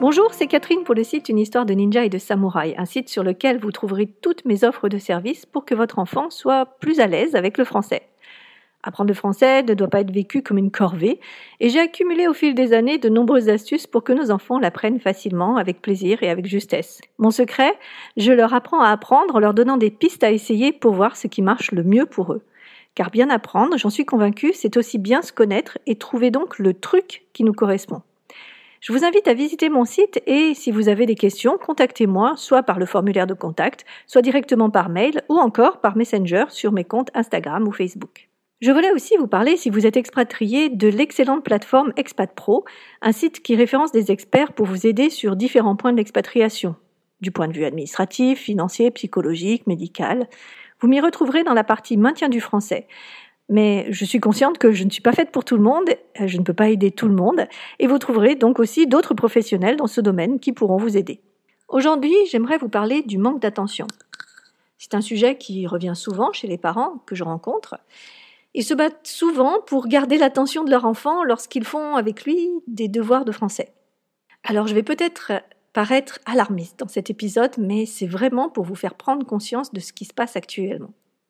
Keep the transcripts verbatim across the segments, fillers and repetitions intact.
Bonjour, c'est Catherine pour le site Une histoire de ninja et de samouraï, un site sur lequel vous trouverez toutes mes offres de services pour que votre enfant soit plus à l'aise avec le français. Apprendre le français ne doit pas être vécu comme une corvée et j'ai accumulé au fil des années de nombreuses astuces pour que nos enfants l'apprennent facilement, avec plaisir et avec justesse. Mon secret, je leur apprends à apprendre en leur donnant des pistes à essayer pour voir ce qui marche le mieux pour eux. Car bien apprendre, j'en suis convaincue, c'est aussi bien se connaître et trouver donc le truc qui nous correspond. Je vous invite à visiter mon site et si vous avez des questions, contactez-moi soit par le formulaire de contact, soit directement par mail ou encore par Messenger sur mes comptes Instagram ou Facebook. Je voulais aussi vous parler, si vous êtes expatrié, de l'excellente plateforme Expat Pro, un site qui référence des experts pour vous aider sur différents points de l'expatriation, du point de vue administratif, financier, psychologique, médical. Vous m'y retrouverez dans la partie maintien du français. Mais je suis consciente que je ne suis pas faite pour tout le monde, je ne peux pas aider tout le monde, et vous trouverez donc aussi d'autres professionnels dans ce domaine qui pourront vous aider. Aujourd'hui, j'aimerais vous parler du manque d'attention. C'est un sujet qui revient souvent chez les parents que je rencontre. Ils se battent souvent pour garder l'attention de leur enfant lorsqu'ils font avec lui des devoirs de français. Alors je vais peut-être paraître alarmiste dans cet épisode, mais c'est vraiment pour vous faire prendre conscience de ce qui se passe actuellement.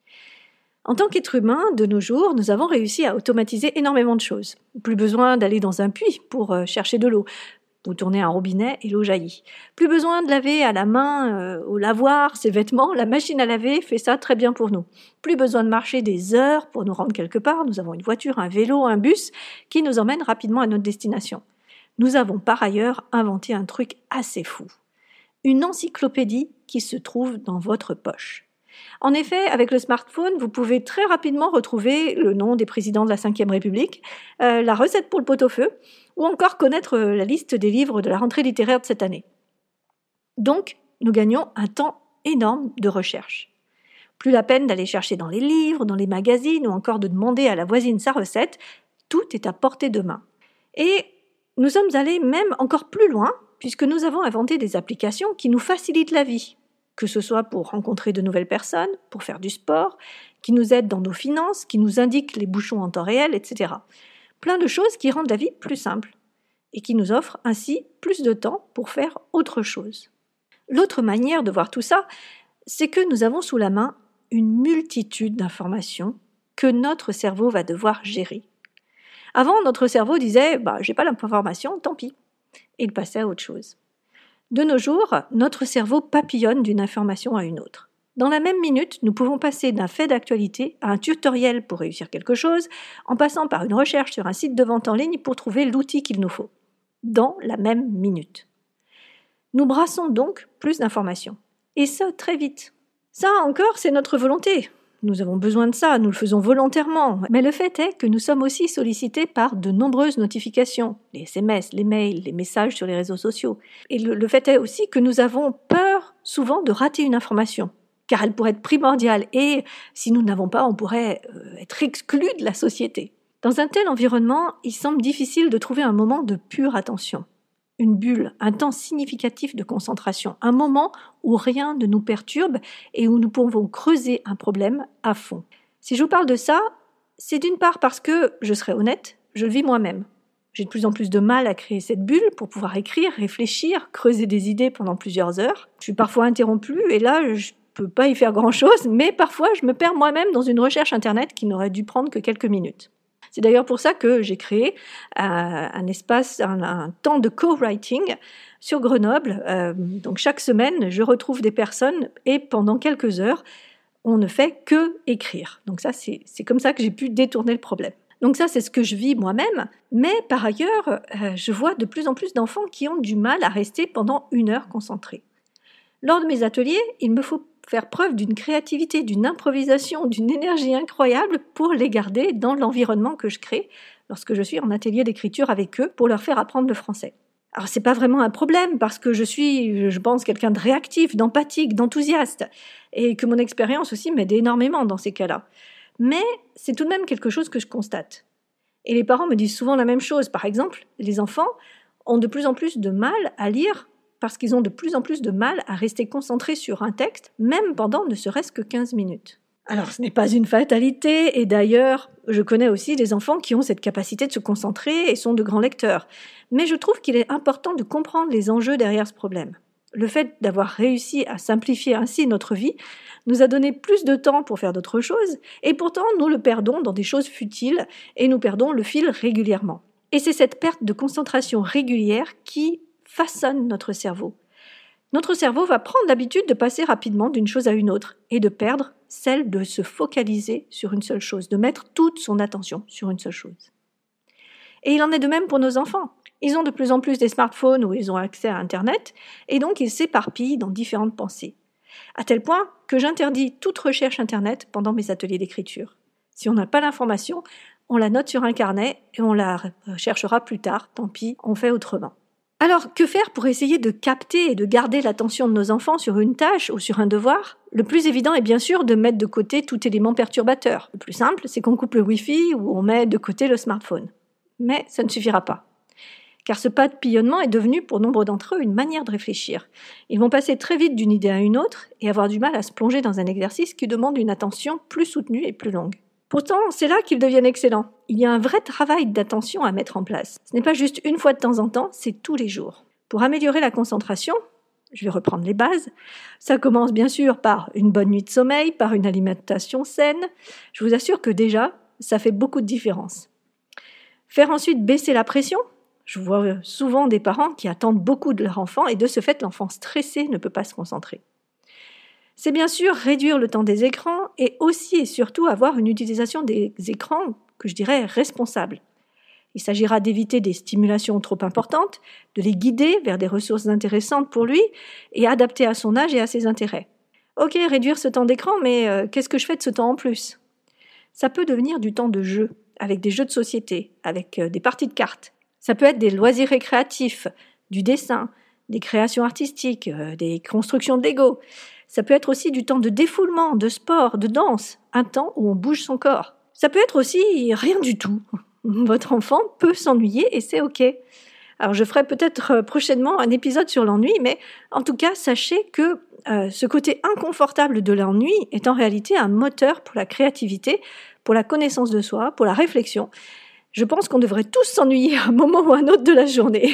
En tant qu'être humain, de nos jours, nous avons réussi à automatiser énormément de choses. Plus besoin d'aller dans un puits pour chercher de l'eau. Vous tournez un robinet et l'eau jaillit. Plus besoin de laver à la main, euh, au lavoir, ses vêtements. La machine à laver fait ça très bien pour nous. Plus besoin de marcher des heures pour nous rendre quelque part. Nous avons une voiture, un vélo, un bus qui nous emmène rapidement à notre destination. Nous avons par ailleurs inventé un truc assez fou. Une encyclopédie qui se trouve dans votre poche. En effet, avec le smartphone, vous pouvez très rapidement retrouver le nom des présidents de la cinquième République, euh, la recette pour le pot-au-feu, ou encore connaître la liste des livres de la rentrée littéraire de cette année. Donc, nous gagnons un temps énorme de recherche. Plus la peine d'aller chercher dans les livres, dans les magazines, ou encore de demander à la voisine sa recette, tout est à portée de main. Et nous sommes allés même encore plus loin, puisque nous avons inventé des applications qui nous facilitent la vie. Que ce soit pour rencontrer de nouvelles personnes, pour faire du sport, qui nous aident dans nos finances, qui nous indiquent les bouchons en temps réel, et cetera. Plein de choses qui rendent la vie plus simple et qui nous offrent ainsi plus de temps pour faire autre chose. L'autre manière de voir tout ça, c'est que nous avons sous la main une multitude d'informations que notre cerveau va devoir gérer. Avant, notre cerveau disait bah, « j'ai pas l'information, tant pis », et il passait à autre chose. De nos jours, notre cerveau papillonne d'une information à une autre. Dans la même minute, nous pouvons passer d'un fait d'actualité à un tutoriel pour réussir quelque chose, en passant par une recherche sur un site de vente en ligne pour trouver l'outil qu'il nous faut. Dans la même minute. Nous brassons donc plus d'informations. Et ça, très vite. Ça encore, c'est notre volonté. Nous avons besoin de ça, nous le faisons volontairement. Mais le fait est que nous sommes aussi sollicités par de nombreuses notifications, les S M S, les mails, les messages sur les réseaux sociaux. Et le, le fait est aussi que nous avons peur souvent de rater une information, car elle pourrait être primordiale et si nous n'avons pas, on pourrait euh, être exclu de la société. Dans un tel environnement, il semble difficile de trouver un moment de pure attention. Une bulle, un temps significatif de concentration, un moment où rien ne nous perturbe et où nous pouvons creuser un problème à fond. Si je vous parle de ça, c'est d'une part parce que, je serai honnête, je le vis moi-même. J'ai de plus en plus de mal à créer cette bulle pour pouvoir écrire, réfléchir, creuser des idées pendant plusieurs heures. Je suis parfois interrompue et là, je peux pas y faire grand-chose, mais parfois je me perds moi-même dans une recherche internet qui n'aurait dû prendre que quelques minutes. C'est d'ailleurs pour ça que j'ai créé euh, un espace, un, un temps de co-writing sur Grenoble. Euh, donc chaque semaine, je retrouve des personnes et pendant quelques heures, on ne fait que écrire. Donc ça, c'est, c'est comme ça que j'ai pu détourner le problème. Donc ça, c'est ce que je vis moi-même. Mais par ailleurs, euh, je vois de plus en plus d'enfants qui ont du mal à rester pendant une heure concentrés. Lors de mes ateliers, il me faut faire preuve d'une créativité, d'une improvisation, d'une énergie incroyable pour les garder dans l'environnement que je crée lorsque je suis en atelier d'écriture avec eux pour leur faire apprendre le français. Alors c'est pas vraiment un problème parce que je suis, je pense, quelqu'un de réactif, d'empathique, d'enthousiaste et que mon expérience aussi m'aide énormément dans ces cas-là. Mais c'est tout de même quelque chose que je constate. Et les parents me disent souvent la même chose. Par exemple, les enfants ont de plus en plus de mal à lire parce qu'ils ont de plus en plus de mal à rester concentrés sur un texte, même pendant ne serait-ce que quinze minutes. Alors, ce n'est pas une fatalité, et d'ailleurs, je connais aussi des enfants qui ont cette capacité de se concentrer et sont de grands lecteurs. Mais je trouve qu'il est important de comprendre les enjeux derrière ce problème. Le fait d'avoir réussi à simplifier ainsi notre vie nous a donné plus de temps pour faire d'autres choses, et pourtant nous le perdons dans des choses futiles, et nous perdons le fil régulièrement. Et c'est cette perte de concentration régulière qui façonne notre cerveau. Notre cerveau va prendre l'habitude de passer rapidement d'une chose à une autre et de perdre celle de se focaliser sur une seule chose, de mettre toute son attention sur une seule chose. Et il en est de même pour nos enfants. Ils ont de plus en plus des smartphones où ils ont accès à Internet et donc ils s'éparpillent dans différentes pensées. À tel point que j'interdis toute recherche Internet pendant mes ateliers d'écriture. Si on n'a pas l'information, on la note sur un carnet et on la cherchera plus tard, tant pis, on fait autrement. Alors, que faire pour essayer de capter et de garder l'attention de nos enfants sur une tâche ou sur un devoir ? Le plus évident est bien sûr de mettre de côté tout élément perturbateur. Le plus simple, c'est qu'on coupe le Wi-Fi ou on met de côté le smartphone. Mais ça ne suffira pas. Car ce papillonnement est devenu pour nombre d'entre eux une manière de réfléchir. Ils vont passer très vite d'une idée à une autre et avoir du mal à se plonger dans un exercice qui demande une attention plus soutenue et plus longue. Pourtant, c'est là qu'ils deviennent excellents. Il y a un vrai travail d'attention à mettre en place. Ce n'est pas juste une fois de temps en temps, c'est tous les jours. Pour améliorer la concentration, je vais reprendre les bases, ça commence bien sûr par une bonne nuit de sommeil, par une alimentation saine. Je vous assure que déjà, ça fait beaucoup de différence. Faire ensuite baisser la pression. Je vois souvent des parents qui attendent beaucoup de leur enfant et de ce fait, l'enfant stressé ne peut pas se concentrer. C'est bien sûr réduire le temps des écrans et aussi et surtout avoir une utilisation des écrans que je dirais responsable. Il s'agira d'éviter des stimulations trop importantes, de les guider vers des ressources intéressantes pour lui et adaptées à son âge et à ses intérêts. Ok, réduire ce temps d'écran, mais euh, qu'est-ce que je fais de ce temps en plus ? Ça peut devenir du temps de jeu, avec des jeux de société, avec euh, des parties de cartes. Ça peut être des loisirs récréatifs, du dessin, des créations artistiques, euh, des constructions de Lego. Ça peut être aussi du temps de défoulement, de sport, de danse, un temps où on bouge son corps. Ça peut être aussi rien du tout. Votre enfant peut s'ennuyer et c'est ok. Alors je ferai peut-être prochainement un épisode sur l'ennui, mais en tout cas, sachez que euh, ce côté inconfortable de l'ennui est en réalité un moteur pour la créativité, pour la connaissance de soi, pour la réflexion. Je pense qu'on devrait tous s'ennuyer à un moment ou à un autre de la journée.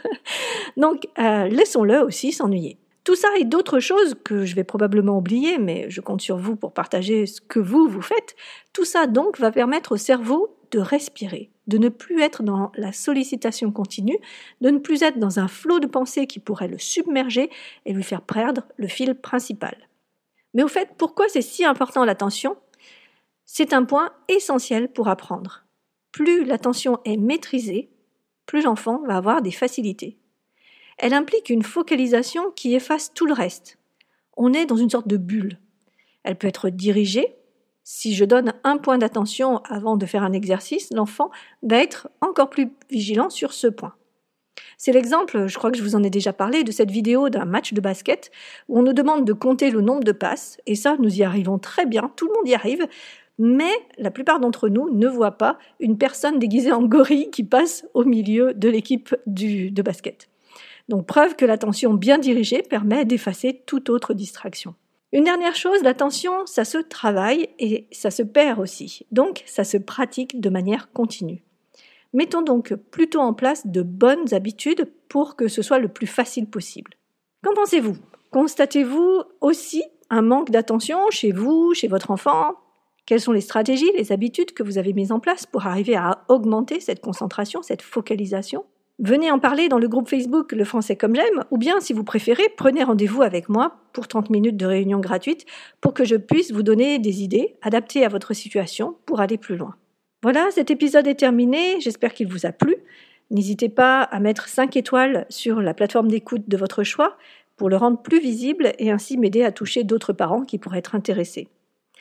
Donc, euh, laissons-le aussi s'ennuyer. Tout ça et d'autres choses que je vais probablement oublier, mais je compte sur vous pour partager ce que vous, vous faites. Tout ça donc va permettre au cerveau de respirer, de ne plus être dans la sollicitation continue, de ne plus être dans un flot de pensées qui pourrait le submerger et lui faire perdre le fil principal. Mais au fait, pourquoi c'est si important l'attention ? C'est un point essentiel pour apprendre. Plus l'attention est maîtrisée, plus l'enfant va avoir des facilités. Elle implique une focalisation qui efface tout le reste. On est dans une sorte de bulle. Elle peut être dirigée. Si je donne un point d'attention avant de faire un exercice, l'enfant va être encore plus vigilant sur ce point. C'est l'exemple, je crois que je vous en ai déjà parlé, de cette vidéo d'un match de basket où on nous demande de compter le nombre de passes, et ça, nous y arrivons très bien, tout le monde y arrive, mais la plupart d'entre nous ne voient pas une personne déguisée en gorille qui passe au milieu de l'équipe du, de basket. Donc, preuve que l'attention bien dirigée permet d'effacer toute autre distraction. Une dernière chose, l'attention, ça se travaille et ça se perd aussi. Donc, ça se pratique de manière continue. Mettons donc plutôt en place de bonnes habitudes pour que ce soit le plus facile possible. Qu'en pensez-vous ? Constatez-vous aussi un manque d'attention chez vous, chez votre enfant ? Quelles sont les stratégies, les habitudes que vous avez mises en place pour arriver à augmenter cette concentration, cette focalisation ? Venez en parler dans le groupe Facebook Le Français comme j'aime, ou bien, si vous préférez, prenez rendez-vous avec moi pour trente minutes de réunion gratuite pour que je puisse vous donner des idées adaptées à votre situation pour aller plus loin. Voilà, cet épisode est terminé, j'espère qu'il vous a plu. N'hésitez pas à mettre cinq étoiles sur la plateforme d'écoute de votre choix pour le rendre plus visible et ainsi m'aider à toucher d'autres parents qui pourraient être intéressés.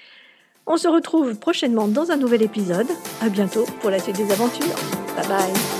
On se retrouve prochainement dans un nouvel épisode. À bientôt pour la suite des aventures. Bye bye.